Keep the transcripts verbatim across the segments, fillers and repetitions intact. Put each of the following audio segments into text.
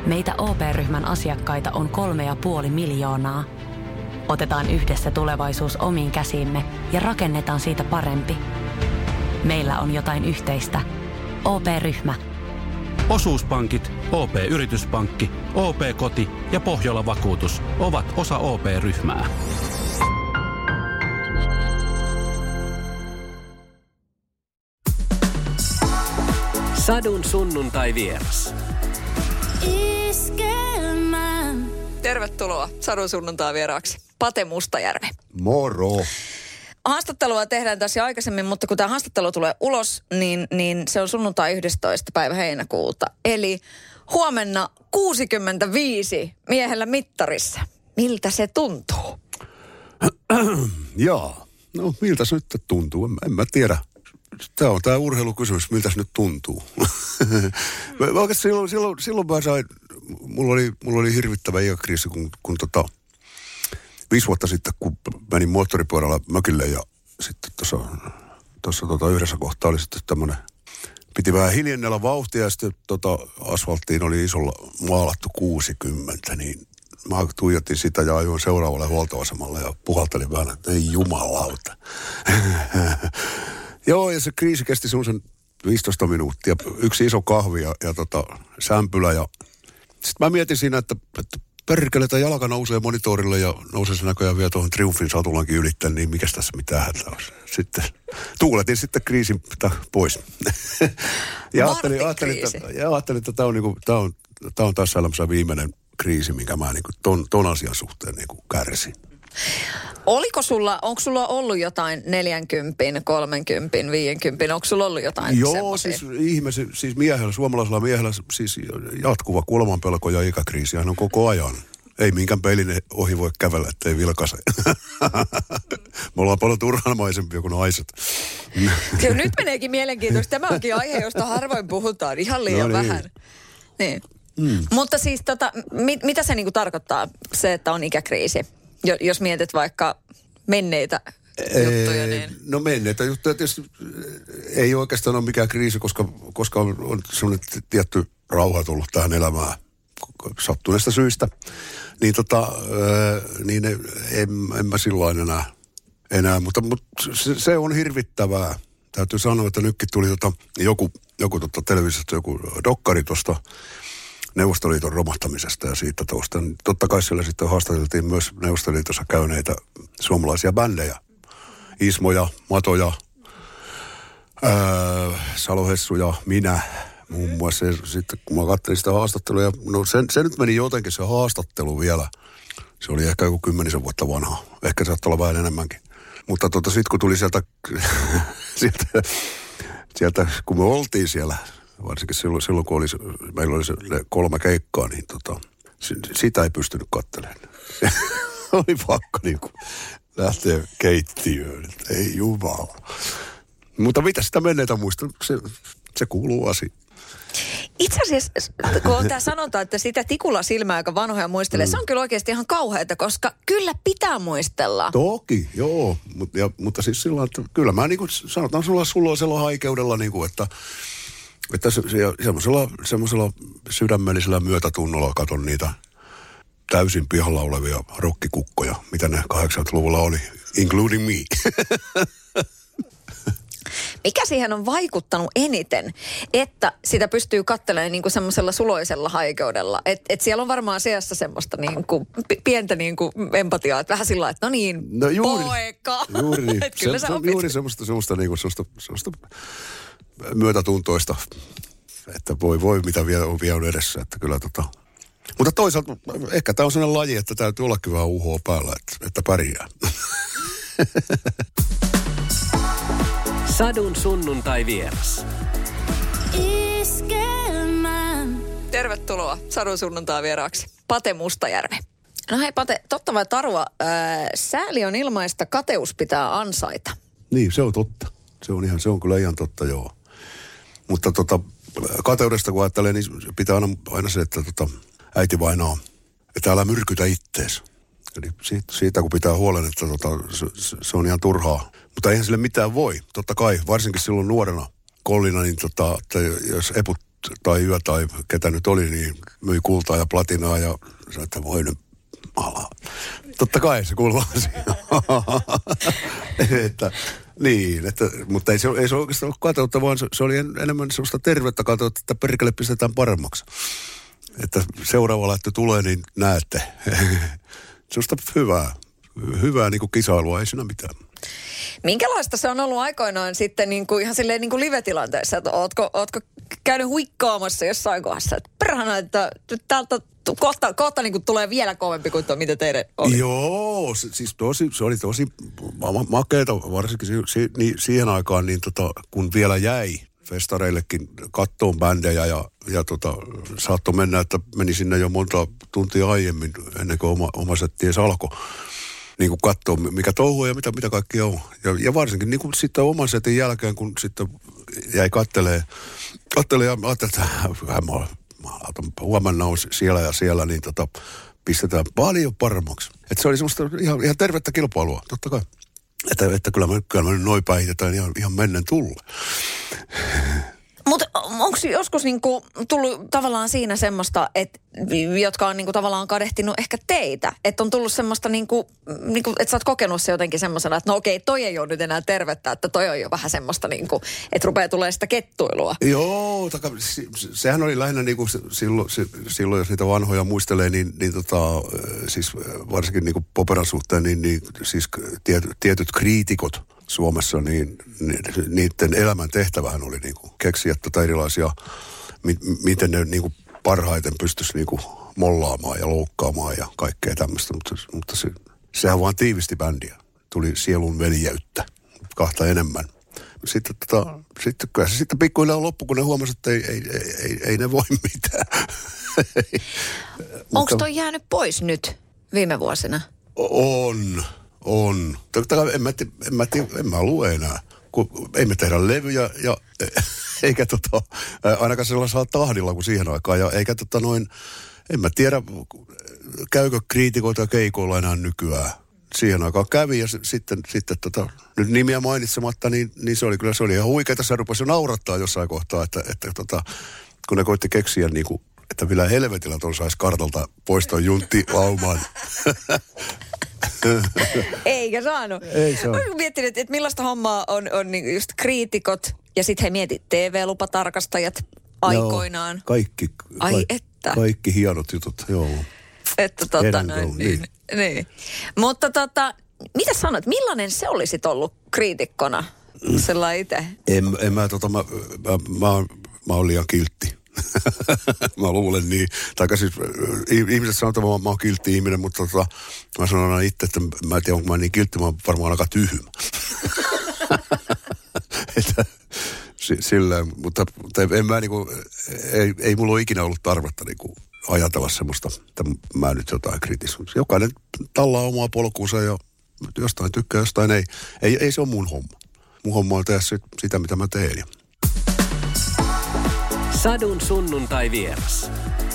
Meitä O P-ryhmän asiakkaita on kolme ja puoli miljoonaa. Otetaan yhdessä tulevaisuus omiin käsiimme ja rakennetaan siitä parempi. Meillä on jotain yhteistä. O P-ryhmä. Osuuspankit, O P-yrityspankki, O P-koti ja Pohjola-vakuutus ovat osa O P-ryhmää. Sadun sunnuntai vieras. Tervetuloa Sadun sunnuntai vieraaksi. Pate Mustajärvi. Moro. Haastattelua tehdään tässä jo aikaisemmin, mutta kun tämä haastattelu tulee ulos, niin, niin se on sunnuntai yhdestoista päivä heinäkuuta. Eli huomenna kuusikymmentäviisi miehellä mittarissa. Miltä se tuntuu? Jaa, no miltä se nyt tuntuu? En, en mä tiedä. Tämä on tämä urheilukysymys, miltä se nyt tuntuu. Oikeasti silloin, silloin, silloin mä sain, mulla oli, mulla oli hirvittävä iäkriisi, kun, kun tota, viisi vuotta sitten, kun menin moottoripyörällä mökille ja sitten tuossa, tuossa tota yhdessä kohtaa oli sitten tämmöinen, piti vähän hiljennellä vauhtia ja sitten tota, asfalttiin oli isolla maalattu kuusikymmentä, niin mä tuijotin sitä ja ajoin seuraavalle huoltoasemalle ja puhaltelin vähän, että ei jumalauta. Joo, ja se kriisi kesti semmoisen viisitoista minuuttia. Yksi iso kahvi ja, ja tota, sämpylä. Ja sitten mä mietin siinä, että, että perkele, että jalka nousee monitorille ja nousee se näköjään vielä tuohon Triumfin satulankin ylitteen, niin mikäs tässä mitään hätää olisi. Sitten tuuletin sitten kriisin pois. ja ajattelin, ajattelin, että, ja ajattelin, että tämä on, niinku, tää on, tää on tässä elämässä viimeinen kriisi, minkä mä niinku ton, ton asian suhteen niinku kärsin. Oliko sulla, onko sulla ollut jotain neljänkympin, kolmenkympin, viienkympin, onko sulla ollut jotain Joo, semmoisia? siis ihme, siis miehellä, suomalaisella miehellä siis jatkuva kuolemanpelko ja ikäkriisi on koko ajan. Ei minkään peilin ohi voi kävellä, ettei vilkaise. Me ollaan paljon turhamaisempia kuin naiset. Kyllä nyt meneekin mielenkiintoista. Tämä onkin aihe, josta harvoin puhutaan, ihan liian no niin. vähän. Niin. Mm. Mutta siis tota, mit, mitä se niinku tarkoittaa, se, että on ikäkriisi? Jos mietit vaikka menneitä juttuja, niin... No menneitä juttuja tietysti ei oikeastaan ole mikään kriisi, koska, koska on, on semmoinen tietty rauha tullut tähän elämään sattuneesta syistä. Niin tota, niin en, en mä silloin enää, enää mutta, mutta se, se on hirvittävää. Täytyy sanoa, että nytkin tuli tota, joku, joku tota televisiosta, joku dokkari tuosta Neuvostoliiton romahtamisesta ja siitä tuosta. Totta kai siellä sitten haastateltiin myös Neuvostoliitossa käyneitä suomalaisia bändejä. Ismoja, Matoja, ää, Salohessuja, minä muun muassa. Ja sitten kun mä katselin sitä haastattelua, no se, se nyt meni jotenkin se haastattelu vielä. Se oli ehkä joku kymmenisen vuotta vanha. Ehkä saattoi olla vähän enemmänkin. Mutta tota, sitten kun tuli sieltä, sieltä, sieltä, kun me oltiin siellä, varsinkin silloin, silloin kun oli, meillä oli se kolme keikkaa, niin tota, sitä ei pystynyt katselemaan. Oli pakko niin kuin lähteä keittiöön, että ei jumala. Mutta mitä sitä menneitä muistaa, se, se kuuluu asiaan. Itse asiassa, kun on tämä sanotaan, että sitä tikulla silmää, joka vanhoja muistelee, mm. se on kyllä oikeasti ihan kauheata, koska kyllä pitää muistella. Toki, joo, Mut, ja, mutta siis sillä että kyllä mä niin kuin sanotaan sulla sulloisella haikeudella, niin kuin, että Että se, se, semmoisella, semmoisella sydämellisellä myötätunnolla katon niitä täysin pihalla olevia rokkikukkoja, mitä ne kahdeksankymmentäluvulla oli, including me. Mikä siihen on vaikuttanut eniten, että sitä pystyy katselemaan niin kuin semmoisella suloisella haikeudella? Että et siellä on varmaan seassa semmoista niin kuin, pientä niin kuin empatiaa, että vähän sillä että no niin, no juuri, poika. Juuri niin. Kyllä se, sä se on juuri semmoista, semmoista, niin kuin, semmoista, semmoista myötätuntoista, että voi voi mitä vielä on vielä edessä, että kyllä tota. Mutta toisaalta ehkä tämä on sellainen laji, että täytyy ollakin vähän uhoa päällä, että, että pärjää. Sadun sunnuntai vieras. Tervetuloa Sadun sunnuntai vieraaksi. Pate Mustajärvi. No hei Pate, totta vai tarua, ää, sääli on ilmaista, kateus pitää ansaita. Niin, se on totta. Se on ihan, se on kyllä ihan totta, joo. Mutta tota, kateudesta kun ajattelee, niin pitää aina, aina se, että tota, äiti vainaa, että älä myrkytä ittees. Eli siitä, siitä kun pitää huolen, että tota, se, se on ihan turhaa. Mutta eihän sille mitään voi. Totta kai, varsinkin silloin nuorena kollina, niin tota, jos eput tai Yö tai ketä nyt oli, niin myi kultaa ja platinaa ja sanoi, että voi nyt alaa. Totta kai se kuuluu asiaan. että, niin, että, mutta ei se, ei se oikeastaan ole kateutta, vaan se, se oli enemmän sellaista tervettä kateutta, että perkele pistetään paremmaksi. Että seuraava lähtö tulee, niin näette. Sellaista hyvää, hyvää niin kuin kisailua, ei siinä mitään. Minkälaista se on ollut aikoinaan sitten niin kuin ihan silleen niin kuin live-tilanteessa, että ootko, ootko käynyt huikkaamassa jossain kohdassa, että perhana, että täältä kohta, kohta niin kuin tulee vielä kovempi kuin tuo, mitä teidän oli. Joo, se, siis tosi, se oli tosi ma- makeeta, varsinkin si, si, niin, siihen aikaan, niin tota, kun vielä jäi festareillekin kattoon bändejä ja, ja tota, saattoi mennä, että meni sinne jo monta tuntia aiemmin ennen kuin oma, oma setti edes alkoi. Niin kuin katsoo, mikä touhuu ja mitä, mitä kaikkea on. Ja, ja varsinkin niin kuin sitten oman setin jälkeen, kun sitten jäi kattelee, kattelee ja ajattelin, että mä, mä huomenna on siellä ja siellä, niin tota, pistetään paljon paremmaksi. Että se oli semmoista ihan, ihan tervettä kilpailua, totta kai. Että, että kyllä me, kyllä me nyt noin päihitetään ihan, ihan mennen tulle. Mutta onko joskus niinku tullut tavallaan siinä semmoista, että jotka on niinku tavallaan kadehtinut ehkä teitä, että on tullut semmoista niinku, niinku että sä oot kokenut se jotenkin semmoisena, että no okei, toi ei ole nyt enää tervettä, että toi on jo vähän semmoista niinku, että rupeaa tulee sitä kettuilua. Joo, taka, se, sehän oli lähinnä niinku silloin, silloin, jos niitä vanhoja muistelee, niin, niin tota, siis varsinkin niinku poperan suhteen, niin, niin siis tiety, tietyt kriitikot Suomessa, niin niiden elämän tehtävähän oli niinku keksiä tätä erilaisia, mi, miten ne niinku parhaiten pystyisi niinku mollaamaan ja loukkaamaan ja kaikkea tämmöistä, mutta, mutta se, sehän vaan tiivisti bändiä. Tuli sielun veljeyttä, kahta enemmän. Sitten, tota, sitten kyllä se sitten pikkuhiljaa loppu, kun ne huomasivat, että ei, ei, ei, ei, ei ne voi mitään. Onko toi jäänyt pois nyt viime vuosina? On. On. En mä, en, mä, en mä lue enää, kun ei me tehdä levyjä ja eikä tota, ainakaan sellaisella tahdilla kuin siihen aikaan. Ja eikä tota noin, en mä tiedä, käykö kriitikoita keikoilla enää nykyään. Siihen aikaan kävi ja sitten, sitten tota, nyt nimiä mainitsematta, niin, niin se oli kyllä, se oli ihan huikeeta. Se rupesi jo naurattaa jossain kohtaa, että, että tota, kun ne koitti keksiä niin kuin, että vielä helvetillä tuon saisi kartalta poistaa juntti laumaan. Eikä saanut. Ei saa. Olen miettinyt, että millaista hommaa on, on just kriitikot ja sitten he mietit T V-lupatarkastajat aikoinaan. Joo, kaikki, Ai ka- että. kaikki hienot jutut, joo. Että tota noin, niin. niin. Mutta tota, mitä sanot, millainen se olisit ollut kriitikkona sellainen itse? En, en mä tota, mä, mä, mä, oon, mä oon liian kiltti. Mä luulen niin. Tai siis ihmiset sanoo, että mä, mä oon kiltti ihminen, mutta tota, mä sanon aina itse, että mä en tiedä, onko mä niin kiltti, mä oon varmaan aika tyhmä. että, silleen, mutta, mutta en mä niinku, ei, ei mulla ole ikinä ollut tarvetta niinku ajatella semmoista, että mä nyt jotain kritisoin. Jokainen tallaa omaa polkuunsa ja jostain tykkää, jostain ei. Ei, ei se ole mun homma. Mun homma on tehdä sitä, mitä mä teen. Sadun sunnuntai vieras.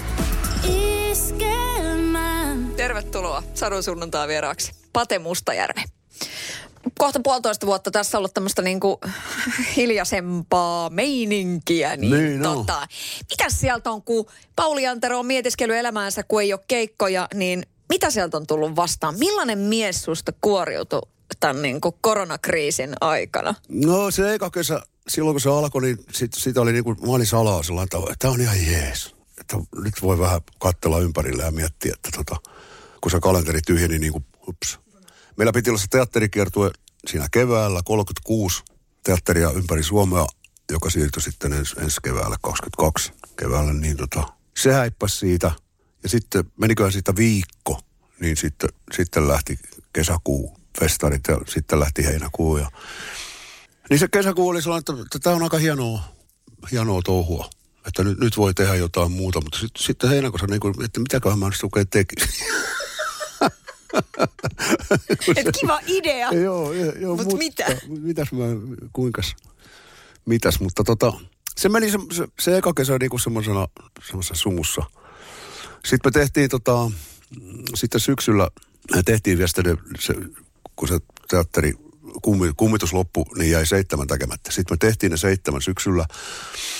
Tervetuloa Sadun sunnuntai vieraaksi. Pate Mustajärvi. Kohta puolitoista vuotta tässä on ollut tämmöistä niinku hiljaisempaa meininkiä. Niin, niin no. tota, mitäs sieltä on, kun Pauli Antero on mietiskellyt elämäänsä, kun ei ole keikkoja, niin mitä sieltä on tullut vastaan? Millainen mies susta kuoriutui tämän niinku koronakriisin aikana? No se eka kesä, silloin kun se alkoi, niin sit, siitä oli niinku, mä olin salaa sellainen tavalla, että tämä on ihan jees. Että nyt voi vähän katsella ympärillä ja miettiä, että tota, kun se kalenteri tyhjeni niin kuin, ups. Meillä piti olla se teatterikiertue siinä keväällä, kolmekymmentäkuusi teatteria ympäri Suomea, joka siirtyi sitten ens, ensi keväällä, kaksikymmentäkaksi keväällä, niin tota, se häippäsi siitä. Ja sitten meniköhän siitä viikko, niin sitten, sitten lähti kesäkuu festarit ja sitten lähti heinäkuu. Ja... Niin se kesäkuu oli sellainen, että tämä on aika hienoa, hienoa touhua. Että nyt, nyt voi tehdä jotain muuta, mutta sitten, sitten heinäkuussa niin kuin, että mitäköhän mä nyt oikein tekisin. Et kiva idea. Joo, joo. Mut mut mitä? Mitäs mä, kuinkas, mitäs, mutta tota, se meni se, se, se eka kesä niin kuin semmoisena, semmoisessa sumussa. Sitten me tehtiin tota, sitten syksyllä, tehtiin vielä sitten, se, kun se teatteri kummi, kummitus loppui, niin jäi seitsemän tekemättä. Sitten me tehtiin ne seitsemän syksyllä.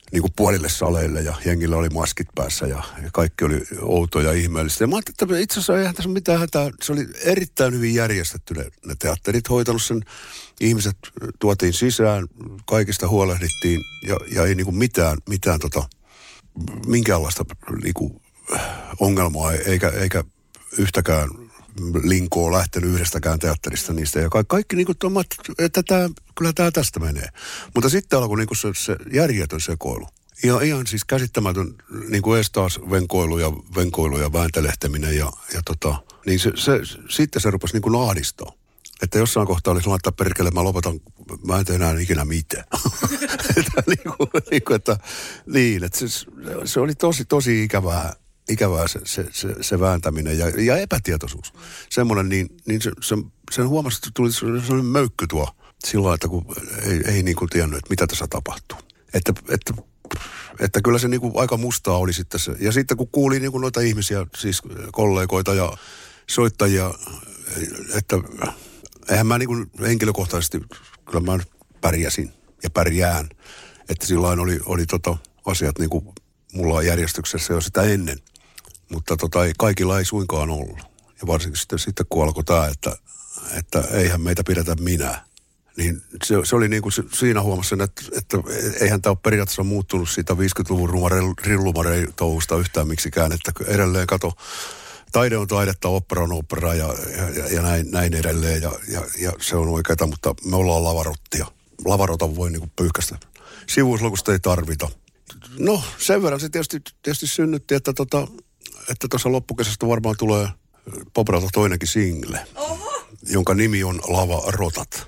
niin kuin puolille saleille ja jengillä oli maskit päässä ja, ja kaikki oli outoa ja ihmeellistä. Ja mä ajattelin, että itse asiassa eihän tässä mitään hätää. Se oli erittäin hyvin järjestetty ne, ne teatterit, hoitanut sen. Ihmiset tuotiin sisään, kaikista huolehdittiin ja, ja ei niin kuin mitään, mitään tota, minkäänlaista niin kuin ongelmaa eikä, eikä yhtäkään linkoa lähtenyt yhdestäkään teatterista niistä. Ja kaikki, kaikki niin kuin, että tämä, kyllä tämä tästä menee. Mutta sitten alkoi niin kuin se, se järjetön sekoilu. Ja ihan siis käsittämätön niin kuin ees taas venkoilu ja, venkoilu ja vääntelehteminen. Ja, ja tota, niin se, se, sitten se rupesi niin kuin ahdistaa. Että jossain kohtaa oli sellainen, että perkele, mä lopetan, mä en tee enää ikinä mitään. että, niin kuin, niin kuin, että, niin, että se, se oli tosi, tosi ikävää. Ikävää se, se, se, se vääntäminen ja, ja epätietoisuus. Semmoinen, niin, niin se, se, sen huomasi, että tuli sellainen möykky tuo sillä lailla, että kun ei, ei niin kuin tiennyt, että mitä tässä tapahtuu. Että, että, että kyllä se niin kuin aika mustaa oli sitten se. Ja sitten kun kuuli niin kuin noita ihmisiä, siis kollegoita ja soittajia, että eihän mä niin kuin henkilökohtaisesti, kyllä mä pärjäsin ja pärjään. Että sillain oli, oli tota asiat niin kuin mulla on järjestyksessä jo sitä ennen. Mutta tota, ei, kaikilla ei suinkaan ollut. Ja varsinkin sitten, sitten kun alkoi tämä, että, että eihän meitä pidetä minä. Niin se, se oli niin kuin siinä huomassa, että, että eihän tämä ole periaatteessa muuttunut siitä viisikymmentäluvun rillumarei-touhusta yhtään miksikään. Että edelleen kato, taide on taidetta, opera on opera ja, ja, ja näin, näin edelleen. Ja, ja, ja se on oikeaa, mutta me ollaan lavarottia. Lavarota voi niin kuin pyyhkästä. Sivuuslukusta ei tarvita. No, sen verran se tietysti, tietysti synnytti, että tota, että tuossa loppukesästä varmaan tulee Popralta toinenkin single, Oho. jonka nimi on Lavarotat.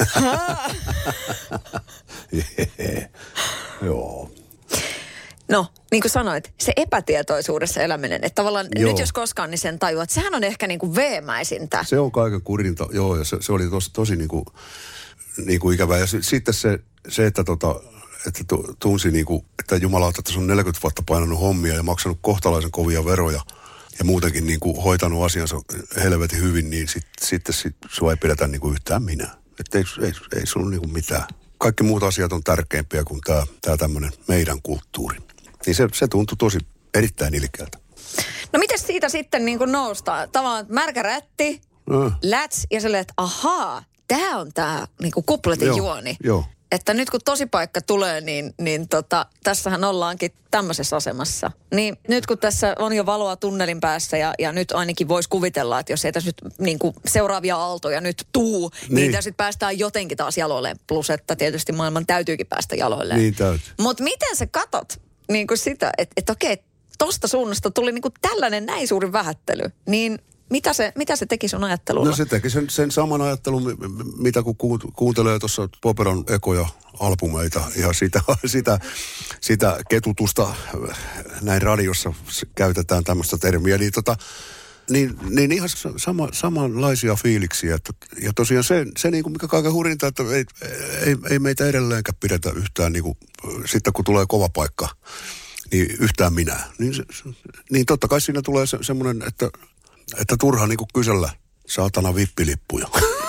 yeah. Joo. No, niin kuin sanoit, se epätietoisuudessa eläminen, että tavallaan joo. nyt jos koskaan, niin sen tajuat, sehän on ehkä niin kuin veemäisintä. Se on kaiken kurinta, joo, ja se, se oli tosi, tosi niin kuin, niin kuin ikävää. Ja sitten se, se että tota, että tunsi niin kuin, että jumalauta, että se on neljäkymmentä vuotta painanut hommia ja maksanut kohtalaisen kovia veroja ja muutenkin niin kuin hoitanut asiansa helvetin hyvin, niin sit, sitten sit, sua ei pidetä niin kuin yhtään minä. Että ei, ei, ei sulla niin kuin mitään. Kaikki muut asiat on tärkeämpiä kuin tämä, tämä tämmöinen meidän kulttuuri. Niin se, se tuntui tosi erittäin ilkeältä. No miten siitä sitten niin kuin noustaan? Tavallaan märkä rätti, no. läts ja silleen, että ahaa, tämä on tämä niin kuin kupletin joo, juoni. Joo. Että nyt kun tosipaikka tulee, niin, niin tota, tässähän ollaankin tämmöisessä asemassa. Niin nyt kun tässä on jo valoa tunnelin päässä ja, ja nyt ainakin voisi kuvitella, että jos ei tässä nyt niin kuin seuraavia aaltoja nyt tuu, niin, niin tässä nyt päästään jotenkin taas jaloilleen. Plus, että tietysti maailman täytyykin päästä jaloilleen. Niin täytyy. Mutta miten sä katot niin kuin sitä, että et okei, tosta suunnasta tuli niin kuin tällainen näin suuri vähättely, niin Mitä se, mitä se teki sun ajattelulla? No se teki sen, sen saman ajattelun, mitä kun kuuntelee tuossa Poperan ekoja albumeita ja sitä, sitä, sitä ketutusta näin radiossa käytetään tämmöistä termiä, niin, tota, niin, niin ihan sama, samanlaisia fiiliksiä. Että, ja tosiaan se, se niin kuin mikä kaiken hurinta, että ei, ei, ei meitä edelleenkään pidetä yhtään, niin kuin, sitten kun tulee kova paikka, niin yhtään minä. Niin, se, niin totta kai siinä tulee se, semmoinen, että Että turha niinku kysellä saatana vippilippuja.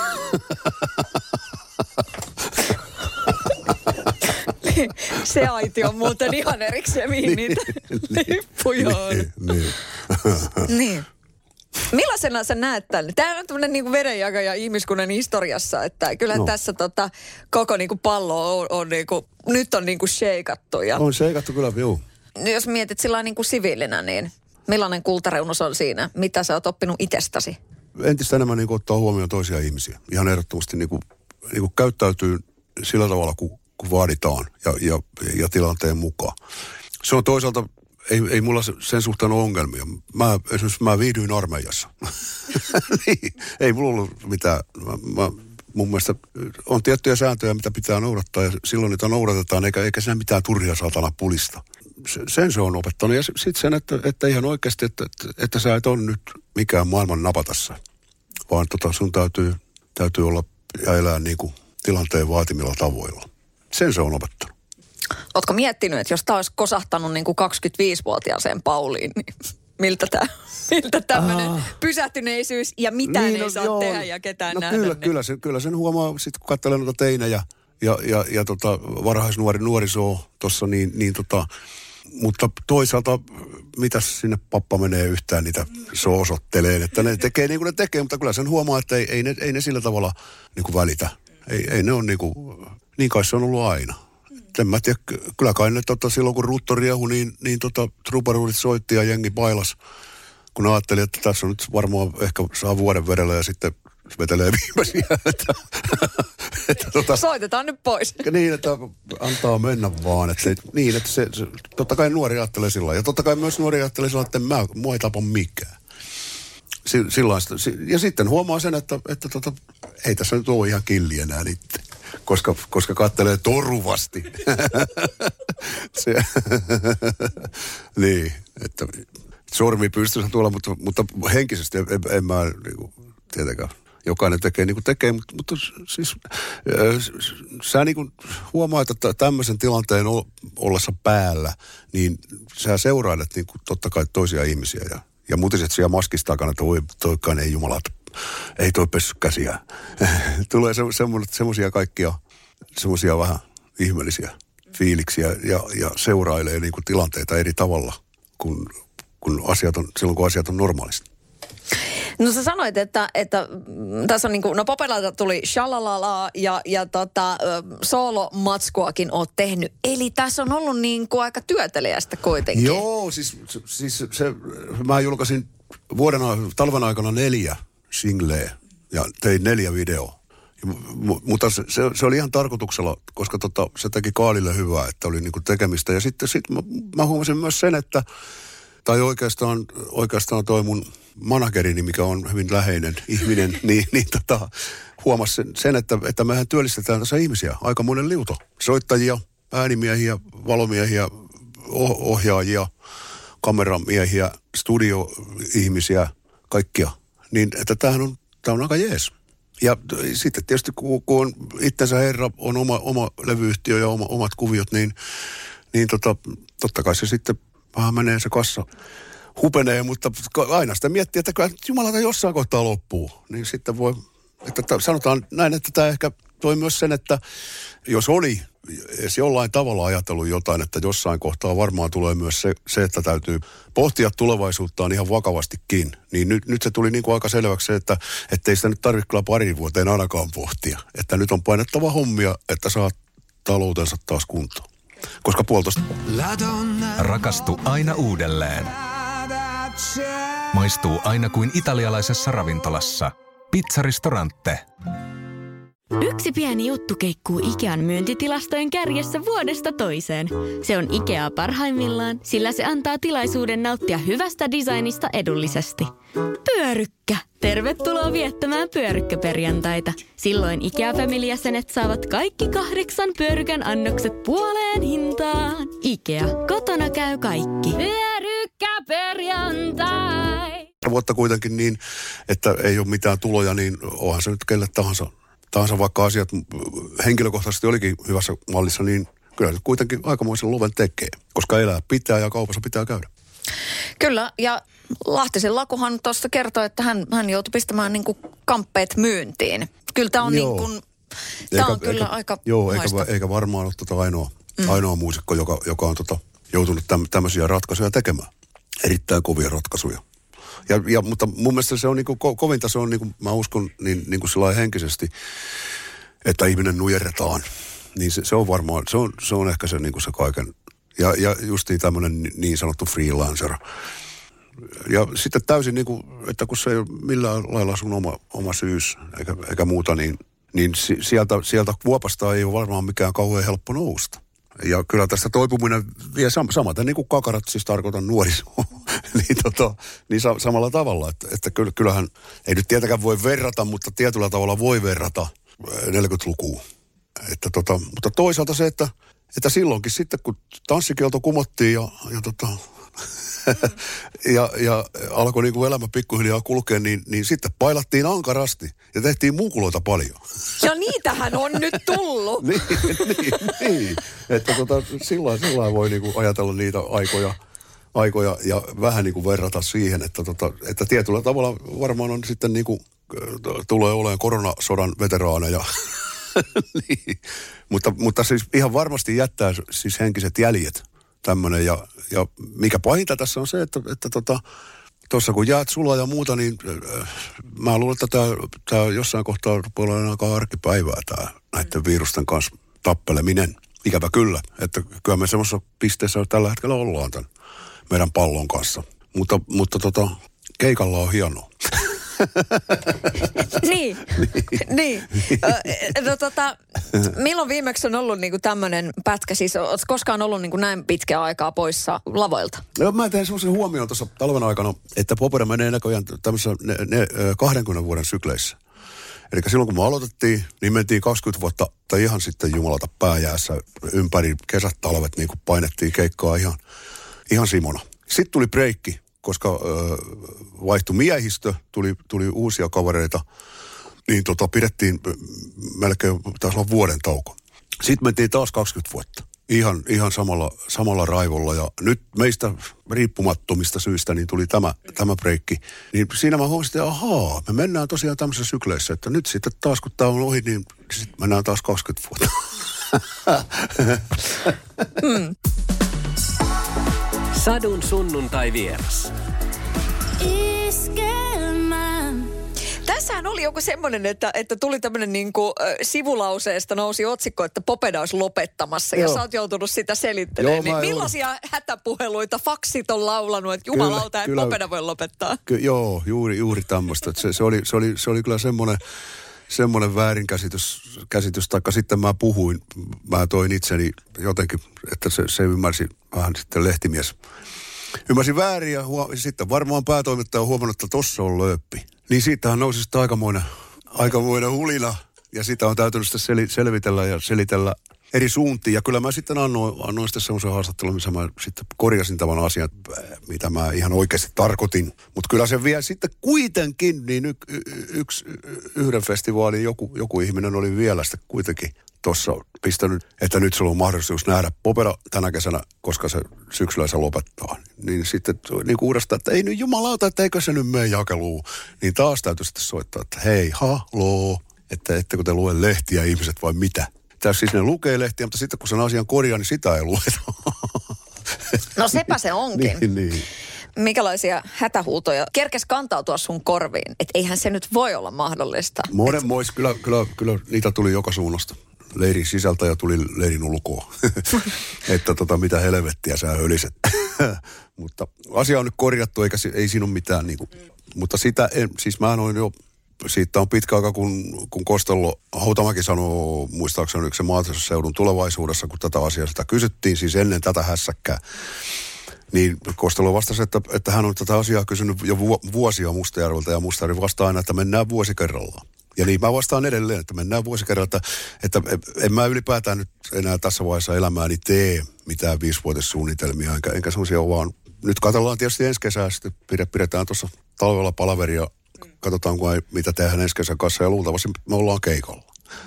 Se aiti on muuten ihan erikseen, mihin niitä lippuja on. Niin, niin. niin. Millaisena sä näet tämän? Tämä on tämmöinen niinku vedenjakaja ihmiskunnan historiassa, että kyllä no. tässä tota, koko niinku pallo on, on niinku, nyt on niinku sheikattu. Ja on sheikattu kyllä, joo. Jos mietit sillä niinku siviilinä, niin millainen kultareunus on siinä? Mitä sä oot oppinut itsestäsi? Entistä enemmän niin kuin ottaa huomioon toisia ihmisiä. Ihan ehdottomasti niin kuin, niin kuin käyttäytyy sillä tavalla, kun, kun vaaditaan ja, ja, ja tilanteen mukaan. Se on toisaalta, ei, ei mulla sen suhteen ole ongelmia. Mä, esimerkiksi mä viihdyin armeijassa. niin, ei mulla ollut mitään. Mä, mä, mun mielestä on tiettyjä sääntöjä, mitä pitää noudattaa ja silloin niitä noudatetaan, eikä, eikä siinä mitään turhia saatana pulista. Sen se on opettanut. Ja sitten sen, että, että ihan oikeasti, että, että, että sä et ole nyt mikään maailman napatassa, vaan tota sun täytyy, täytyy olla ja elää niin kuin tilanteen vaatimilla tavoilla. Sen se on opettanut. Ootko miettinyt, että jos tää olisi kosahtanut niin kuin kaksikymmentäviisivuotiaaseen Pauliin, niin miltä tämä miltä tämmöinen ah. pysähtyneisyys ja mitään niin, ei no, saa joo. tehdä ja ketään no, nähdä? Kyllä, niin. kyllä, sen, kyllä sen huomaa sitten, kun katselee noita teinejä ja, ja, ja tota, varhaisnuori nuorisoa tuossa, niin, niin tota, mutta toisaalta mitäs sinne pappa menee yhtään niitä soosotteleen, että ne tekee niin kuin ne tekee, mutta kyllä sen huomaa, että ei, ei, ne, ei ne sillä tavalla niin kuin välitä. Ei, ei ne ole niin kuin, niin kai se on ollut aina. En mä tiedä, kyllä kai ne tota, silloin kun Rutto riehui, niin, niin tota, truparuudit soitti ja jengi bailas, kun ajattelin, että tässä on nyt varmaan ehkä saa vuoden verellä ja sitten vetelee viimeisiä. Että, että, tota, soitetaan nyt pois. Niin, että antaa mennä vaan. Että se, niin, että se, se, totta kai nuori ajattelee sillä lailla. Ja totta kai myös nuori ajattelee sillä lailla, että mä, mua ei tapa mikään. Sillaista. Ja sitten huomaa sen, että, että tota, ei tässä nyt ole ihan killi enää itse. Koska, koska kattelee toruvasti. se, niin, että sormi pystyssä tuolla, mutta, mutta henkisesti en, en, en mä niin kuin, tietenkään. Jokainen tekee niin kuin tekee, mutta, mutta siis äh, sä niin kuin huomaat, että tämmöisen tilanteen ollessa päällä, niin sä seurailet niin kuin totta kai toisia ihmisiä ja, ja mutiset siellä maskista takana, että oi, toikaan ei jumalata, ei toi pessy käsiä. Tulee se, semmoisia kaikkia, semmoisia vähän ihmeellisiä fiiliksiä ja, ja seurailee niin kuin tilanteita eri tavalla, kun, kun asiat on, silloin kun asiat on normaalisti. No sä sanoit, että, että tässä on niin kuin, no Popellalta tuli shalalala ja, ja tota, soolomatskuakin oot tehnyt. Eli tässä on ollut niin kuin aika työtelijästä kuitenkin. Joo, siis, siis se, mä julkaisin vuoden talven aikana neljä singleä ja tein neljä videoa. Ja, mutta se, se, se oli ihan tarkoituksella, koska tota, se teki Kaalille hyvää, että oli niin kuin tekemistä. Ja sitten sit mä, mä huomasin myös sen, että tai oikeastaan, oikeastaan toi mun managerini, mikä on hyvin läheinen ihminen, niin, niin tota, huomasi sen, sen että, että mehän työllistetään tässä ihmisiä. Aika monen liuto. Soittajia, äänimiehiä, valomiehiä, oh- ohjaajia, kameramiehiä, studioihmisiä, kaikkia. Niin, että tämähän on, tää on aika jees. Ja sitten tietysti, kun, kun on itsensä herra, on oma, oma levyyhtiö ja oma, omat kuviot, niin, niin tota, totta kai se sitten vähän menee se kassa hupenee, mutta aina sitä miettii, että kyllä jumalata jossain kohtaa loppuu. Niin sitten voi, että sanotaan näin, että tämä ehkä toi myös sen, että jos oli edes jollain tavalla ajatellut jotain, että jossain kohtaa varmaan tulee myös se, se että täytyy pohtia tulevaisuuttaan ihan vakavastikin. Niin nyt, nyt se tuli niin kuin aika selväksi se, että ei sitä nyt tarvitse kyllä parin vuoteen ainakaan pohtia. Että nyt on painettava hommia, että saat taloutensa taas kuntoon. Koska puolitoista... Rakastu aina uudelleen. Maistuu aina kuin italialaisessa ravintolassa. Pizzaristorante. Yksi pieni juttu keikkuu Ikean myyntitilastojen kärjessä vuodesta toiseen. Se on Ikea parhaimmillaan, sillä se antaa tilaisuuden nauttia hyvästä designista edullisesti. Pyörykkä! Tervetuloa viettämään pyörykkäperjantaita. Silloin Ikea Family-jäsenet saavat kaikki kahdeksan pyörykän annokset puoleen hintaan. Ikea, kotona käy kaikki. Pyörykkäperjantai! Vuotta kuitenkin niin, että ei ole mitään tuloja, niin onhan se nyt kelle tahansa. Tahansa vaikka asiat henkilökohtaisesti olikin hyvässä mallissa, niin kyllä se kuitenkin aikamoisen loven tekee, koska elää pitää ja kaupassa pitää käydä. Kyllä, ja Lahtisen Lakuhan tuossa kertoi, että hän, hän joutui pistämään niin kuin kamppeet myyntiin. Kyllä tämä on, niin kuin, tämä on kyllä eikä, aika joo, eikä, eikä varmaan ole tota ainoa, mm. ainoa muusikko, joka, joka on tota, joutunut täm, tämmöisiä ratkaisuja tekemään. Erittäin kovia ratkaisuja. Ja, ja, mutta mun mielestä se on niin kuin, ko, kovinta, se on niin kuin, mä uskon niin, niin kuin sellainen henkisesti, että ihminen nujerretaan. Niin se, se on varmaan, se on, se on ehkä se, niin kuin se kaiken. Ja, ja justiin tämmöinen niin sanottu freelancer. Ja sitten täysin niin kuin, että kun se ei ole millään lailla sun oma, oma syys eikä, eikä muuta, niin, niin sieltä, sieltä kuopasta ei ole varmaan mikään kauhean helppo nousta. Ja kyllä tästä toipuminen vie sam- samaten niin kuin kakarat, siis tarkoitan nuorisoa, niin, tota, niin sa- samalla tavalla. Että, että kyllähän, ei nyt tietenkään voi verrata, mutta tietyllä tavalla voi verrata neljäkymmentälukuun. Että tota, mutta toisaalta se, että, että silloinkin sitten, kun tanssikielto kumottiin ja, ja, tota, ja, ja alkoi niin kuin elämä pikkuhiljaa kulkea, niin, niin sitten pailattiin ankarasti ja tehtiin muukuloita paljon. Ja niitähän on nyt tullut. niin, niin, niin. Että tota, silloin, silloin voi niin kuin ajatella niitä aikoja, aikoja ja vähän niin kuin verrata siihen, että, tota, että tietyllä tavalla varmaan on sitten niin kuin, tulee olemaan koronasodan veteraaneja niin. mutta, mutta siis ihan varmasti jättää siis henkiset jäljet tämmöinen. Ja, ja mikä pahinta tässä on se, että, että tota, tuossa kun jäät sulaa ja muuta, niin äh, mä luulen, että tämä, tämä jossain kohtaa rupeaa olemaan aika arkipäivää tämä näiden virusten kanssa tappeleminen. Ikävä kyllä, että kyllä me semmoisessa pisteessä tällä hetkellä ollaan tämän meidän pallon kanssa. Mutta, mutta tota, keikalla on hienoa. niin, niin. No, tota, milloin viimeksi on ollut niinku tämmöinen pätkä? Siis oletko koskaan ollut niinku näin pitkää aikaa poissa lavoilta? No, mä tein semmoisen huomioon tuossa talven aikana, että Popera menee näköjään tämmöisessä ne, ne, kahdenkymmenen vuoden sykleissä. Eli silloin kun me aloitettiin, niin mentiin kaksikymmentä vuotta tai ihan sitten jumalata pääjäässä ympäri kesät, talvet, niin kuin painettiin keikkaa ihan, ihan simona. Sitten tuli breikki, koska ö, vaihtui miehistö, tuli, tuli uusia kavereita, niin tota, pidettiin melkein, taisi olla vuoden tauko. Sitten mentiin taas kaksikymmentä vuotta. Ihan, ihan samalla, samalla raivolla ja nyt meistä riippumattomista syistä niin tuli tämä, tämä breikki. Niin siinä mä huomasin, että ahaa, me mennään tosiaan tämmöisessä sykleissä, että nyt sitten taas kun tämä on ohi, niin sitten mennään taas kaksikymmentä vuotta. mm. Sadun sunnuntai vieras. Tässähän oli joku semmoinen, että, että tuli tämmöinen niin kuin äh, sivulauseesta nousi otsikko, että Popeda olisi lopettamassa. Joo. Ja sä oot joutunut sitä selittelemään. Niin millaisia joudun. hätäpuheluita, faksit on laulanut, että jumalauta, että Popeda voi lopettaa? Ky- joo, juuri, juuri tämmöistä. Se, se, oli, se, oli, se oli kyllä semmoinen, semmoinen väärinkäsitys, käsitys, taikka sitten mä puhuin, mä toin itseni jotenkin, että se, se ymmärsi vähän sitten lehtimies. Ymmärsin väärin ja huo, sitten varmaan päätoimittaja on huomannut, että tossa on lööppi. Niin siitähän nousi sitten aikamoinen, aikamoinen hulina ja sitä on täytynyt sitten sel, selvitellä ja selitellä eri suuntiin. Ja kyllä mä sitten annoin, annoin sitten semmoisen haastattelun, missä mä sitten korjasin tämän asian, mitä mä ihan oikeasti tarkoitin. Mutta kyllä se vielä sitten kuitenkin, niin y, y, yksi yhden festivaalin joku, joku ihminen oli vielä sitten kuitenkin tuossa pistänyt, että nyt sulla on mahdollisuus nähdä Popera tänä kesänä, koska se syksyllä se lopettaa. Niin sitten niin uudestaan, että ei nyt jumalauta, että eikö se nyt mene jakeluun. Niin taas täytyy sitten soittaa, että hei, haloo, että ettekö te lue lehtiä ihmiset vai mitä? Tässä siis ne lukee lehtiä, mutta sitten kun sen asian korjaa, niin sitä ei lueta. No sepä se onkin. niin, niin. Mikälaisia hätähuutoja kerkes kantautua sun korviin? Että eihän se nyt voi olla mahdollista. Monen Et... mois, kyllä, kyllä, kyllä niitä tuli joka suunnasta. Leirin sisältä ja tuli leirin ulkoa. että tota, mitä helvettiä sä höliset. Mutta asia on nyt korjattu, eikä ei siinä ole mitään. Niin kuin, mutta sitä en, siis mä noin jo, siitä on pitkä aika, kun, kun Kostello Hautamäki sanoo, muistaakseni yksi maaseudun tulevaisuudessa, kun tätä asiaa sitä kysyttiin, siis ennen tätä hässäkkää. Niin Kostello vastasi, että, että hän on tätä asiaa kysynyt jo vuosia Mustajärveltä ja Mustajärvi vastaa aina, että mennään vuosi kerrallaan. Ja niin mä vastaan edelleen, että mennään vuosi kerrallaan, että, että en mä ylipäätään nyt enää tässä vaiheessa elämääni tee mitään viisivuotissuunnitelmia, enkä, enkä semmoisia ole vaan. Nyt katsellaan tietysti ensi kesää, sitten pidetään tuossa talvella palaveria, katsotaan kun ei, mitä tehdään ensi kesän kanssa ja luultavasti me ollaan keikolla.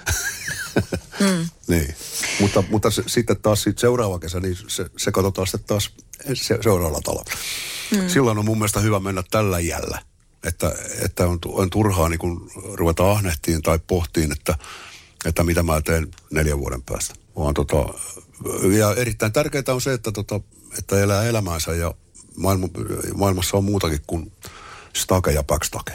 Mm. niin. Mutta, mutta se, sitten taas sit seuraava kesä, niin se, se katsotaan sitten taas se, seuraavalla talvella. Mm. Silloin on mun mielestä hyvä mennä tällä jällä. Että, että on, on turhaa niin kun ruveta ahnehtiin tai pohtiin, että, että mitä mä teen neljän vuoden päästä. Vaan tota, ja erittäin tärkeää on se, että, tota, että elää elämäänsä ja maailma, maailmassa on muutakin kuin stake ja backstake.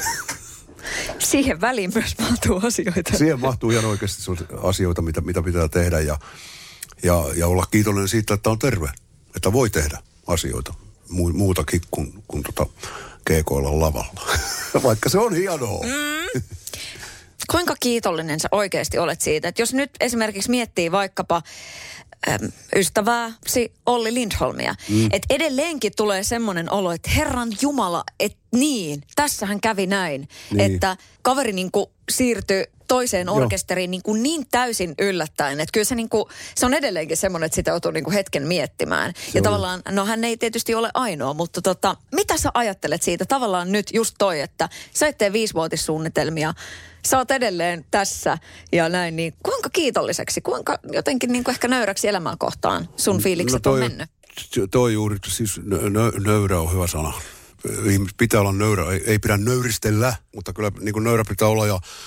Siihen väliin myös mahtuu asioita. Siihen mahtuu ihan oikeasti asioita, mitä, mitä pitää tehdä ja, ja, ja olla kiitollinen siitä, että on terve. Että voi tehdä asioita Mu, muutakin kuin, kuin tota keikoilla lavalla. Vaikka se on hienoa. Mm. Kuinka kiitollinen sä oikeasti olet siitä, että jos nyt esimerkiksi miettii vaikkapa äm, ystävääsi Olli Lindholmia, mm. että edelleenkin tulee semmoinen olo, että Herran Jumala, että niin, tässähän kävi näin, niin. Että kaveri niin kuin siirtyi toiseen orkesteriin niin, kuin niin täysin yllättäen, että kyllä se, niin kuin, se on edelleenkin semmoinen, että sitä joutuu niin kuin hetken miettimään. Se ja on. Tavallaan, no hän ei tietysti ole ainoa, mutta tota, mitä sä ajattelet siitä tavallaan nyt just toi, että sä et tee viisivuotissuunnitelmia, sä oot edelleen tässä ja näin, niin kuinka kiitolliseksi, kuinka jotenkin niin kuin ehkä nöyräksi elämää kohtaan sun fiilikset no toi, on mennyt? Toi juuri, siis nö, nöyrä on hyvä sana. Ihmiset pitää olla nöyrä, ei, ei pidä nöyristellä, mutta kyllä niin kuin nöyrä pitää olla ja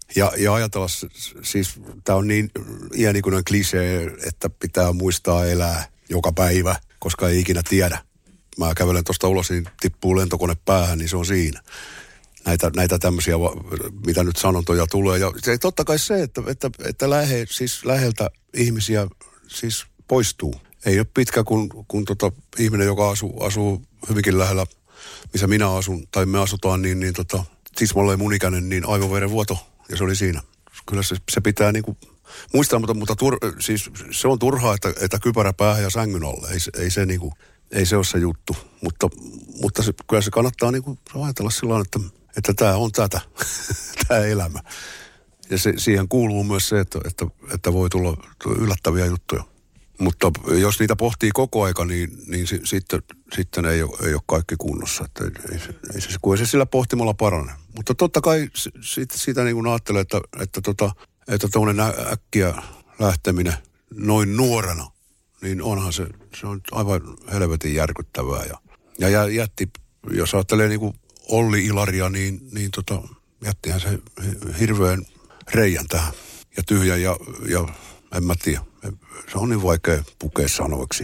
Ja, ja ajatella, siis tämä on niin iänikuinen klisee, että pitää muistaa elää joka päivä, koska ei ikinä tiedä. Mä kävelen tuosta ulos, niin tippuu lentokone päähän, niin se on siinä. Näitä, näitä tämmöisiä, mitä nyt sanontoja tulee. Ja se, totta kai se, että, että, että lähe, siis läheltä ihmisiä siis poistuu. Ei ole pitkä, kun, kun tota, ihminen, joka asuu, asuu hyvinkin lähellä, missä minä asun, tai me asutaan, niin, niin tota, tismalleen mun ikäinen, niin aivoverenvuoto, ja se oli siinä. Kyllä se, se pitää niinku muistaa, mutta, mutta tur, siis se on turhaa, että, että kypärä päähän ja sängyn alle. Ei, ei se niinku, ei se ole se juttu. Mutta, mutta se, kyllä se kannattaa niinku ajatella sillä tavalla, että, että tämä on tätä, tämä elämä. Ja se, siihen kuuluu myös se, että, että, että voi tulla yllättäviä juttuja. Mutta jos niitä pohtii koko aika, niin, niin si, sitten, sitten ei, ole, ei ole kaikki kunnossa. Että ei, ei, se, ei se, kun ei se sillä pohtimalla parane. Mutta totta kai siitä, siitä niin kuin ajattelee, että, että, tota, että tuollainen äkkiä lähteminen noin nuorena, niin onhan se, se on aivan helvetin järkyttävää. Ja, ja jätti, jos ajattelee niin kuin Olli Ilaria, niin, niin tota, jättihän se hirveän reijän tähän ja tyhjän ja, ja en mä tiedä. Se on niin vaikea pukea sanoiksi.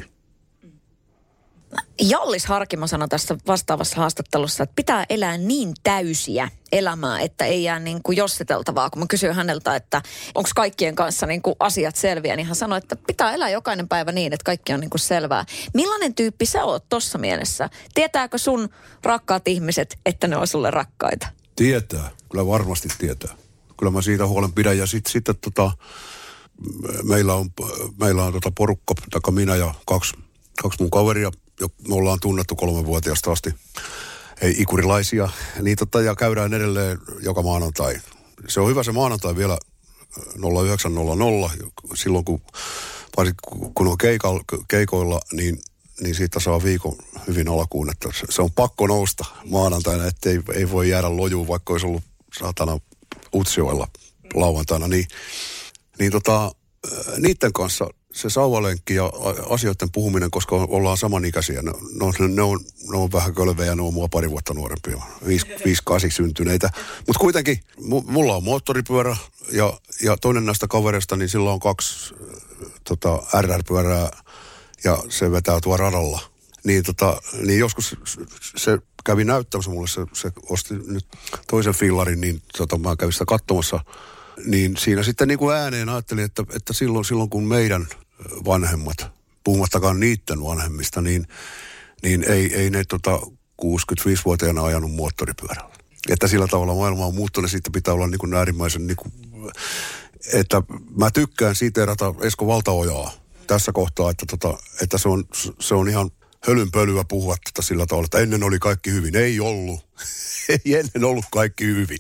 Jallis Harkimo sanoi tässä vastaavassa haastattelussa, että pitää elää niin täysiä elämää, että ei jää niin kuin jossiteltavaa. Kun mä kysyin häneltä, että onko kaikkien kanssa niin kuin asiat selviä, niin hän sanoi, että pitää elää jokainen päivä niin, että kaikki on niin kuin selvää. Millainen tyyppi sä oot tossa mielessä? Tietääkö sun rakkaat ihmiset, että ne on sulle rakkaita? Tietää. Kyllä varmasti tietää. Kyllä mä siitä huolen pidän. Ja sitten sit, tota, meillä on, meillä on tota porukka, taka minä ja kaksi, kaksi mun kaveria. Me ollaan tunnettu kolmevuotiaasta asti, ei ikurilaisia, niin tota, ja käydään edelleen joka maanantai. Se on hyvä se maanantai vielä nolla yhdeksän nolla nolla, silloin kun, kun on keikalla, keikoilla, niin, niin siitä saa viikon hyvin alkuun, että se on pakko nousta maanantaina, ettei ei voi jäädä lojuun, vaikka olisi ollut saatana Utsjoella lauantaina, niin, niin tota, niiden kanssa se sauvalenkki ja asioiden puhuminen, koska ollaan samanikäisiä. Ne, ne, ne, on, ne on vähän kölvejä, ne on mua pari vuotta nuorempia. Viisi, viisi kasi syntyneitä. Mutta kuitenkin, mulla on moottoripyörä ja, ja toinen näistä kavereista, niin sillä on kaksi tota, R R-pyörää ja se vetää tuo radalla. Niin, tota, niin joskus se kävi näyttämässä mulle, se, se osti nyt toisen fillarin, niin tota, mä kävin sitä katsomassa. Niin siinä sitten niin kuin ääneen ajattelin, että, että silloin, silloin kun meidän vanhemmat, puhumattakaan niiden vanhemmista, niin, niin ei, ei ne tota kuusikymmentäviisivuotiaana ajanut moottoripyörällä. Että sillä tavalla maailma on muuttunut, siitä pitää olla niin kuin äärimmäisen, niin kuin, että mä tykkään siteerata Esko Valtaojaa tässä kohtaa, että, tota, että se, on, se on ihan hölynpölyä puhua tätä sillä tavalla, että ennen oli kaikki hyvin. Ei ollut. Ei ennen ollut kaikki hyvin.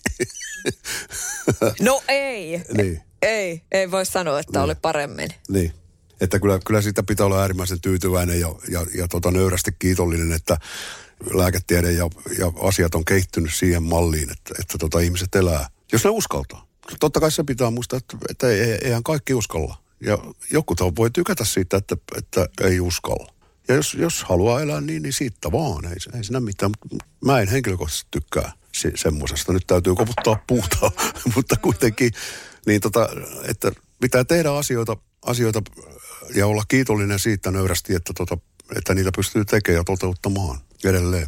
No ei. Niin. Ei, ei voi sanoa, että niin oli paremmin. Niin, että kyllä, kyllä siitä pitää olla äärimmäisen tyytyväinen ja, ja, ja tota nöyrästi kiitollinen, että lääketiede ja, ja asiat on kehittynyt siihen malliin, että, että tota ihmiset elää, jos ne uskaltaa. Totta kai se pitää muistaa, että, että eihän kaikki uskalla. Ja joku voi tykätä siitä, että, että ei uskalla. Ja jos, jos haluaa elää niin, niin siitä vaan. Ei, ei siinä mitään. Mä en henkilökohtaisesti tykkää se, semmoisesta. Nyt täytyy koputtaa puuta, mutta kuitenkin niin tota, että pitää tehdä asioita, asioita ja olla kiitollinen siitä nöyrästi, että, tota, että niitä pystyy tekemään ja toteuttamaan edelleen.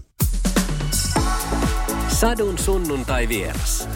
Sadun sunnuntai vieras.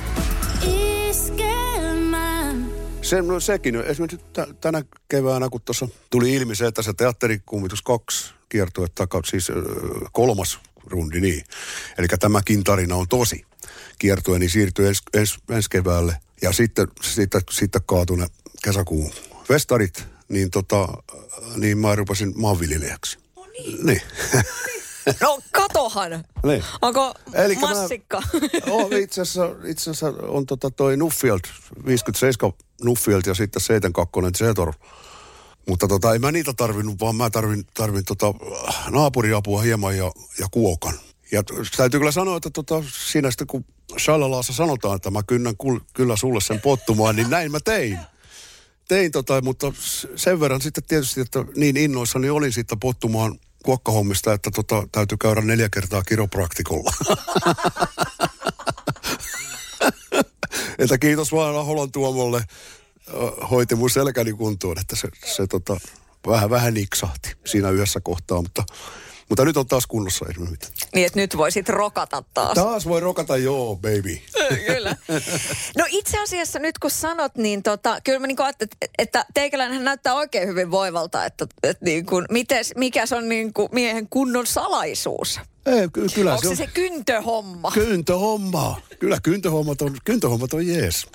Se, no sekin, esimerkiksi t- tänä keväänä, kun tuossa tuli ilmi se, että se Teatterikummitus kaksi kiertue, siis äh, kolmas rundi, niin. Eli tämäkin tarina on tosi kiertue, niin siirtyi ens, ens, ensi keväälle. Ja sitten, sitten, sitten kaatui ne kesäkuun festarit, niin, tota, niin mä rupesin maanviljelijäksi. No niin. Niin. No katohan. Niin. Onko Elikkä massikka? Mä, oh, itse asiassa, itse asiassa on tota toi Nuffield, viisikymmentäseitsemän Nuffield ja sitten seitsemänkymmentäkaksi Zetor. Mutta tota, ei mä niitä tarvinnut, vaan mä tarvin, tarvin tota naapuriapua hieman ja, ja kuokan. Ja täytyy kyllä sanoa, että tota, siinä sitten kun Shalalaassa sanotaan, että mä kynnän kul, kyllä sulle sen pottumaan, niin näin mä tein. Tein tota, mutta sen verran sitten tietysti, että niin innoissani olin siitä pottumaan kuokkahommista, että tota, täytyy käydä neljä kertaa kiropraktikolla. Että kiitos vaan Aholan Tuomolle. Hoiti mun selkäni kuntoon, että se, se tota, vähän, vähän niksahti siinä yhdessä kohtaa, mutta, mutta nyt on taas kunnossa. Ei mitään. Niin, että nyt voisit rokata taas. Taas voi rokata, joo, baby. Kyllä. No itse asiassa nyt kun sanot, niin tota, kyllä mä niin kuin ajattelin, että, että teikäläinenhän näyttää oikein hyvin voivalta, että, että niin kuin, mites, mikä se on niin kuin miehen kunnon salaisuus? Ei, ky- kyllä Onko se se on. se kyntöhomma? Kyntöhomma. Kyllä kyntöhommat on, kyntöhommat on jees.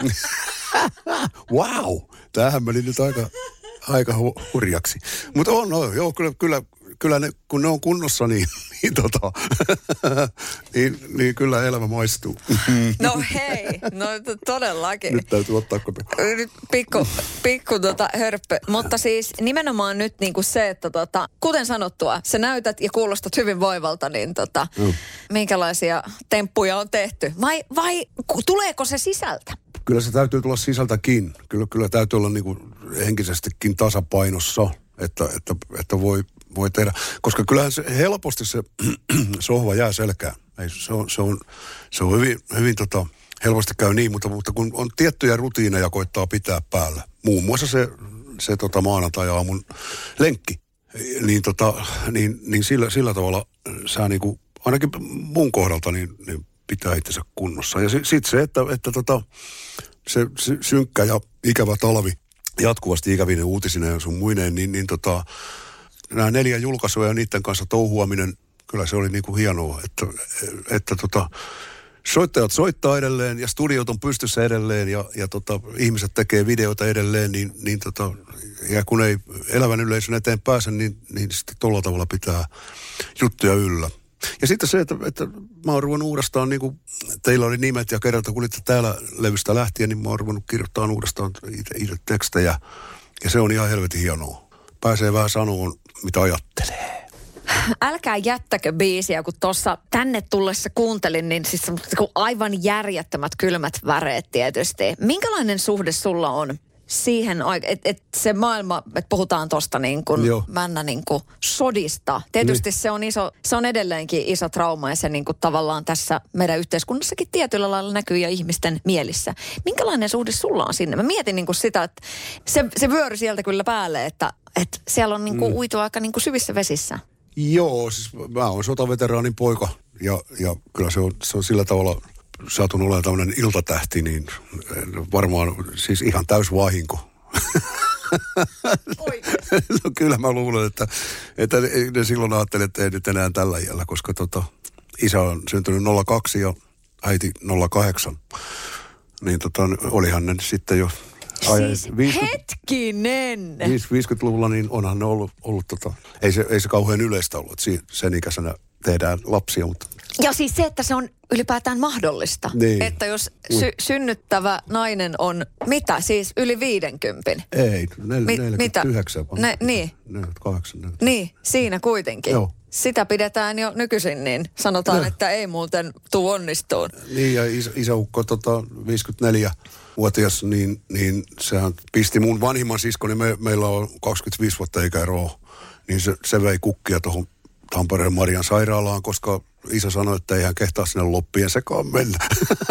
Wow. Tämähän meni nyt aika, aika hu- hurjaksi. Mutta on, no, joo, kyllä, kyllä, kyllä ne, kun ne on kunnossa, niin, niin, tota, niin, niin kyllä elämä maistuu. No hei, no to- todellakin. Nyt täytyy ottaa kote. Nyt pikku, pikku tota hörppö. Mutta siis nimenomaan nyt niinku se, että tota, kuten sanottua, sä näytät ja kuulostat hyvin voivalta, niin tota, mm. minkälaisia temppuja on tehty? Vai, vai ku, tuleeko se sisältä? Kyllä se täytyy tulla sisältäkin. Kyllä, kyllä täytyy olla niin kuin henkisestikin tasapainossa, että, että, että voi, voi tehdä. Koska kyllähän se helposti se sohva jää selkään. Ei, se on, se on, se on hyvin, hyvin tota, helposti käy niin, mutta, mutta kun on tiettyjä rutiineja koittaa pitää päällä. Muun muassa se, se tota maanantai-aamun lenkki. Niin, tota, niin, niin sillä, sillä tavalla sä niin kuin, ainakin mun kohdalta niin, niin pitää itsensä kunnossa. Ja sitten se, että, että tota, se, se synkkä ja ikävä talvi, jatkuvasti ikävinen uutisinen ja sun muineen, niin, niin tota, nämä neljä julkaisua ja niiden kanssa touhuaminen, kyllä se oli niinku hienoa, että, että tota, soittajat soittaa edelleen ja studiot on pystyssä edelleen ja, ja tota, ihmiset tekee videoita edelleen, niin, niin tota, ja kun ei elävän yleisön eteen pääse, niin, niin sitten tuolla tavalla pitää juttuja yllä. Ja sitten se, että, että mä oon ruvennut uudestaan, niin kuin teillä oli nimet ja kerralta, kun olitte täällä levystä lähtien, niin mä oon ruvennut kirjoittamaan uudestaan itse tekstejä. Ja se on ihan helvetin hienoa. Pääsee vähän sanomaan, mitä ajattelee. Älkää jättäkö biisiä, kun tuossa tänne tullessa kuuntelin, niin siis aivan järjettömät kylmät väreet tietysti. Minkälainen suhde sulla on siihen aikaan, että et se maailma, että puhutaan tuosta niin kuin männä niin kuin sodista. Tietysti niin. se on iso, se on edelleenkin iso trauma ja se niin kuin tavallaan tässä meidän yhteiskunnassakin tietyllä lailla näkyy ja ihmisten mielissä. Minkälainen suhde sulla on sinne? Mä mietin niin kuin sitä, että se, se vyöry sieltä kyllä päälle, että, että siellä on niin kuin mm. uitu aika niin kuin syvissä vesissä. Joo, siis mä oon sotaveteraanin poika ja, ja kyllä se on, se on sillä tavalla saatun olemaan tämmöinen iltatähti, niin varmaan siis ihan täys vahinko. No kyllä mä luulen, että, että ne silloin ajatteli, että ei nyt enää tällä iällä, koska tota, isä on syntynyt nolla kaksi ja äiti nolla kahdeksan. Niin tota, olihan ne sitten jo... Siis viisikymmentä, hetkinen! viisikymmentäluvulla niin onhan ne ollut, ollut tota, ei se, ei se kauhean yleistä ollut, että sen ikäisenä tehdään lapsia, mutta... Ja siis se, että se on ylipäätään mahdollista. Niin. Että jos sy- synnyttävä nainen on, mitä siis, yli viidenkympin? Ei, nel- Mi- neljäkymmentäyhdeksän. Ne, niin. neljäkymmentäkahdeksan. neljäkymmentäyhdeksän. Niin, siinä kuitenkin. Joo. Sitä pidetään jo nykyisin, niin sanotaan, no. että ei muuten tuu onnistuun. Niin, ja is- isäukko tota, viisikymmentäneljävuotias, niin, niin sehän pisti mun vanhimman siskoni, me, meillä on kaksikymmentäviisi vuotta ikäeroa, niin se, se vei kukkia tuohon Tampereen Marian sairaalaan, koska isä sanoi, että ei hän kehtaa sinne loppien sekaan mennä.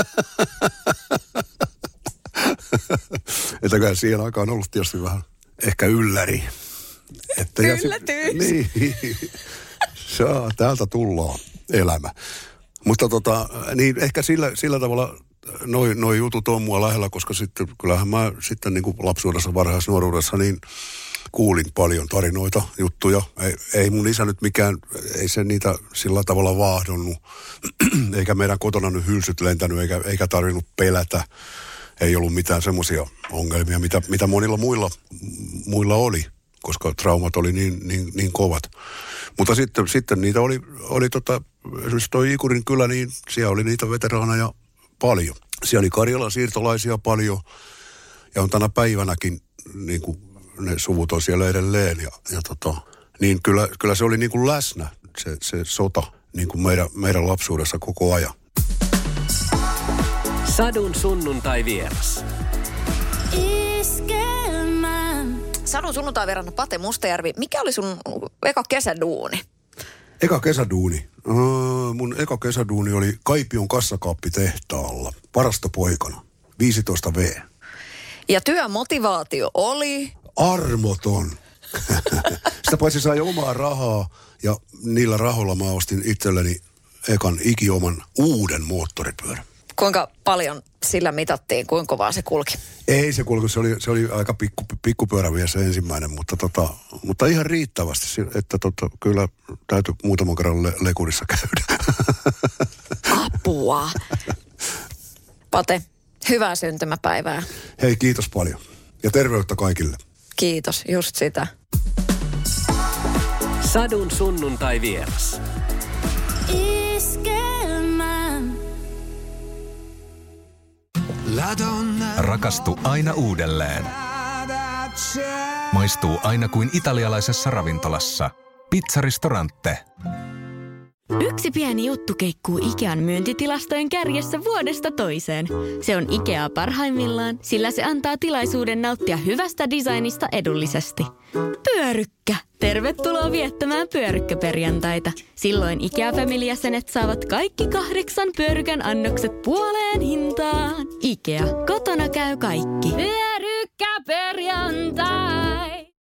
Että kyllä siihen aikaan on ollut tietysti vähän ehkä ylläri. Että Yllätys! Niin, saa, täältä tullaan elämä. Mutta tota, niin ehkä sillä, sillä tavalla noi, noi jutut on mua lähellä, koska sitten kyllähän mä sitten niin kuin lapsuudessa, varhaisnuoruudessa, niin kuulin paljon tarinoita, juttuja. Ei, ei mun isä nyt mikään, ei se niitä sillä tavalla vaahdonnut, eikä meidän kotona nyt hylsyt lentänyt, eikä, eikä tarvinnut pelätä. Ei ollut mitään semmoisia ongelmia, mitä, mitä monilla muilla, muilla oli, koska traumat oli niin, niin, niin kovat. Mutta sitten, sitten niitä oli, oli tota, esimerkiksi toi Ikurin kylä, niin siellä oli niitä veteraaneja paljon. Siellä oli Karjalan siirtolaisia paljon, ja on tänä päivänäkin niin kuin ne suvut on siellä edelleen. Ja, ja tota, niin kyllä, kyllä se oli niin kuin läsnä, se, se sota, niin kuin meidän, meidän lapsuudessa koko ajan. Sadun sunnuntai vieras. Sadun sunnuntai vierana Pate Mustajärvi. Mikä oli sun eka kesäduuni? Eka kesäduuni? Uh, mun eka kesäduuni oli Kaipion kassakaappitehtaalla, varastopoikana. viisitoista V. Ja työmotivaatio oli? Armoton. Sitä paitsi sai omaa rahaa ja niillä rahoilla mä ostin itselleni ekan ikioman uuden moottoripyörän. Kuinka paljon sillä mitattiin, kuinka kovaa se kulki? Ei se kulki, se oli, se oli aika pikku, pikkupyörä vielä se ensimmäinen, mutta, tota, mutta ihan riittävästi, että tota, kyllä täytyy muutaman kerran le- lekurissa käydä. Apua. Pate, hyvää syntymäpäivää. Hei, kiitos paljon. Ja terveyttä kaikille. Kiitos, just sitä. Sadun sunnuntai vieras. Rakastu aina uudelleen. Maistuu aina kuin italialaisessa ravintolassa. Pizzaristorante. Yksi pieni juttu keikkuu Ikean myyntitilastojen kärjessä vuodesta toiseen. Se on Ikea parhaimmillaan, sillä se antaa tilaisuuden nauttia hyvästä designista edullisesti. Pyörykkä! Tervetuloa viettämään pyörykkäperjantaita. Silloin Ikea Family-jäsenet saavat kaikki kahdeksan pyörykän annokset puoleen hintaan. Ikea, kotona käy kaikki.